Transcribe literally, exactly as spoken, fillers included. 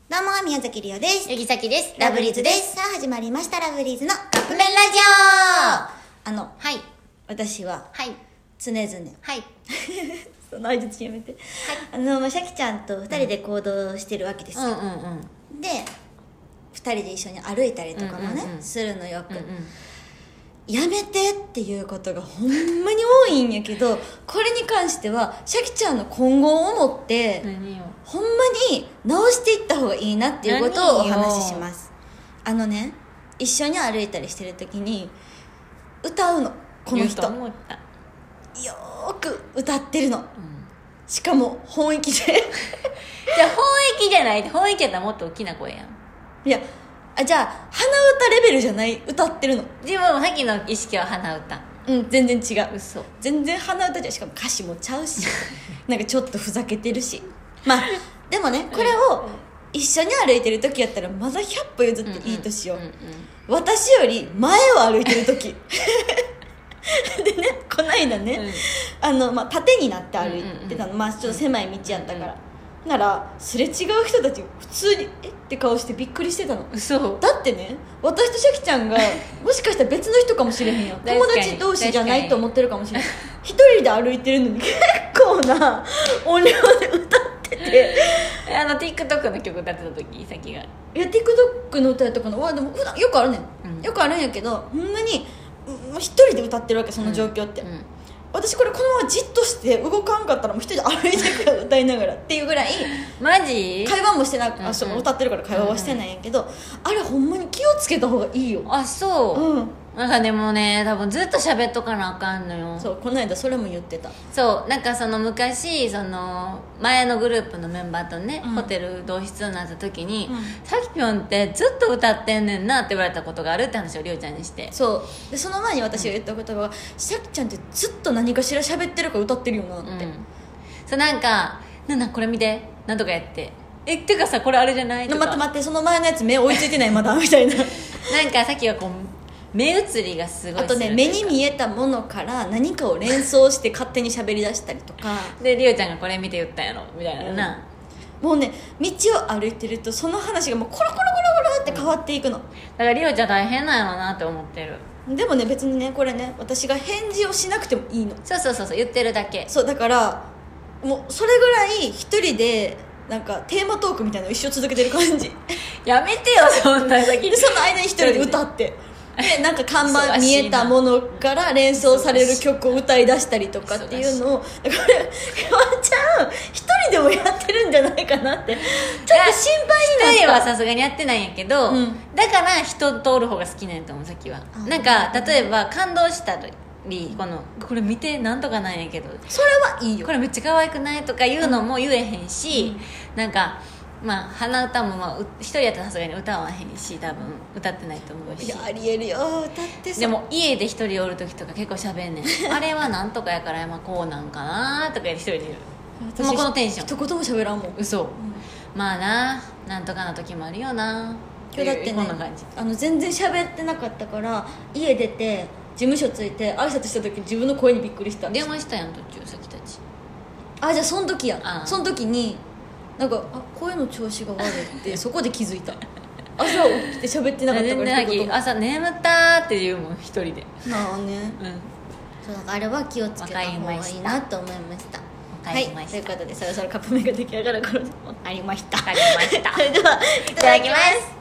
どうも、宮崎りおです。 よぎさきです。 ラブリーズです。さあ、始まりました、ラブリーズのカップ麺ラジオ。あの、 はい。 私は、 はい。 常々、 はい。 その相槌やめて。はい。あの、まあ、シャキちゃんと二人で行動してるわけですよ。 うんうんうん。 で、二人で一緒に歩いたりとかもね、 うんうんうんするのよく。 うんうん。 やめてっていうことがほんまに多いんやけど、これに関してはシャキちゃんの今後を思って何よ。 ほんまに直していった方がいいなっていうことをお話しします。あのね、一緒に歩いたりしてる時に歌うの、この人言うと思った。 よーく歌ってるの、 うん、 しかも本域でじゃあ本域じゃないで、本域やったらもっと大きな声やん。 いや、あ、じゃあ鼻歌レベルじゃない、歌ってるの。 自分もさっきの意識は鼻歌。 うん、全然違う。 嘘。 全然鼻歌じゃ、しかも歌詞もちゃうしなんかちょっとふざけてるし、まあでもね、これを一緒に歩いてる時やったらまだひゃっぽ譲っていいとしよう、 うんうんうん私より前を歩いてる時でね、こないだね、うん、あの、まあ、縦になって歩いてたの、うんうん、まあちょっと狭い道やったから、うんうん、ならすれ違う人たち普通にえって顔してびっくりしてたの。 嘘。 だってね、私とシャキちゃんがもしかしたら別の人かもしれへんよ友達同士じゃないと思ってるかもしれない一人で歩いてるのに結構な音量で歌っててあの TikTok の曲歌ってた時、さっきが、いや TikTok の歌やったかな、わでも普段よくあるねん、うん、よくあるんやけど、ほんまにもう一人で歌ってるわけ、その状況って、うんうん、私これこのままじっとして動かんかったらもう一人で歩いてくから歌いながらっていうぐらいマジ会話もしてなく、うんうん、あ、そう、歌ってるから会話はしてないんやけど、うんうん、あれほんまに気をつけた方がいいよ。 あ、そう、うん、なんかでもね、多分ずっと喋っとかなあかんのよ。 そう、この間それも言ってた。 そう、なんかその昔その前のグループのメンバーとね、うん、ホテル同室になった時に、うん、さきぴょんってずっと歌ってんねんなって言われたことがあるって話をりょうちゃんにして、 そうで、その前に私が言った言葉が、うん、さきちゃんってずっと何かしら喋ってるから歌ってるよなって、うん、 そう、なんかなんだこれ見てなんとかやってえってかさこれあれじゃないとか、 待って待って、その前のやつ目追いついてないまだみたいななんかさっきはこう目移りがすごい、 あとね、目に見えたものから何かを連想して勝手に喋り出したりとかで、りおちゃんがこれ見て言ったんやろみたいなな、 うん、もうね、道を歩いてるとその話がもうコロコロコロコロって変わっていくの、うん、だからりおちゃん大変なんやろなって思ってる。 でもね、別にね、これね、私が返事をしなくてもいいの。 そうそうそうそう、言ってるだけ。 そう、だからもうそれぐらい一人でなんかテーマトークみたいなのを一生続けてる感じやめてよ、そんな先でその間に一人で歌ってで、なんか看板見えたものから連想される曲を歌い出したりとかっていうのを、これワンちゃん一人でもやってるんじゃないかなってちょっと心配になった。 一人はさすがにやってないんやけど、うん、だから人通る方が好きなんやと思う、さっきは。なんか例えば感動したり、このこれ見てなんとかなんやけどそれはいいよ、 これめっちゃ可愛くないとかいうのも言えへんし、うん、なんかまあ鼻歌もまあ一人やったらさすがに歌わへんし、多分歌ってないと思うし。 いや、ありえるよ、歌ってさ。 でも家で一人おる時とか結構喋んねんあれはなんとかやからまあこうなんかなとか言って一人で言うもうこのテンション一言も喋らんもん。 嘘、うん、まあな、なんとかな時もあるよな。 今日だってね、 こんな感じ、 あの全然喋ってなかったから家出て事務所着いて挨拶した時自分の声にびっくりした。 電話したやん途中、さっきたち。 あ、じゃあその時や、 ああ、 その時になんかあ声の調子が悪いってそこで気づいた朝起きて喋ってなかったから全然朝眠ったって言うもん一人で。 まあね、 うん、 そう、だからあれは気をつけた方がいいなと思いました。はい、ということでそろそろカップ麺が出来上がる頃で分かりました。 分かりましたそれではいただきます。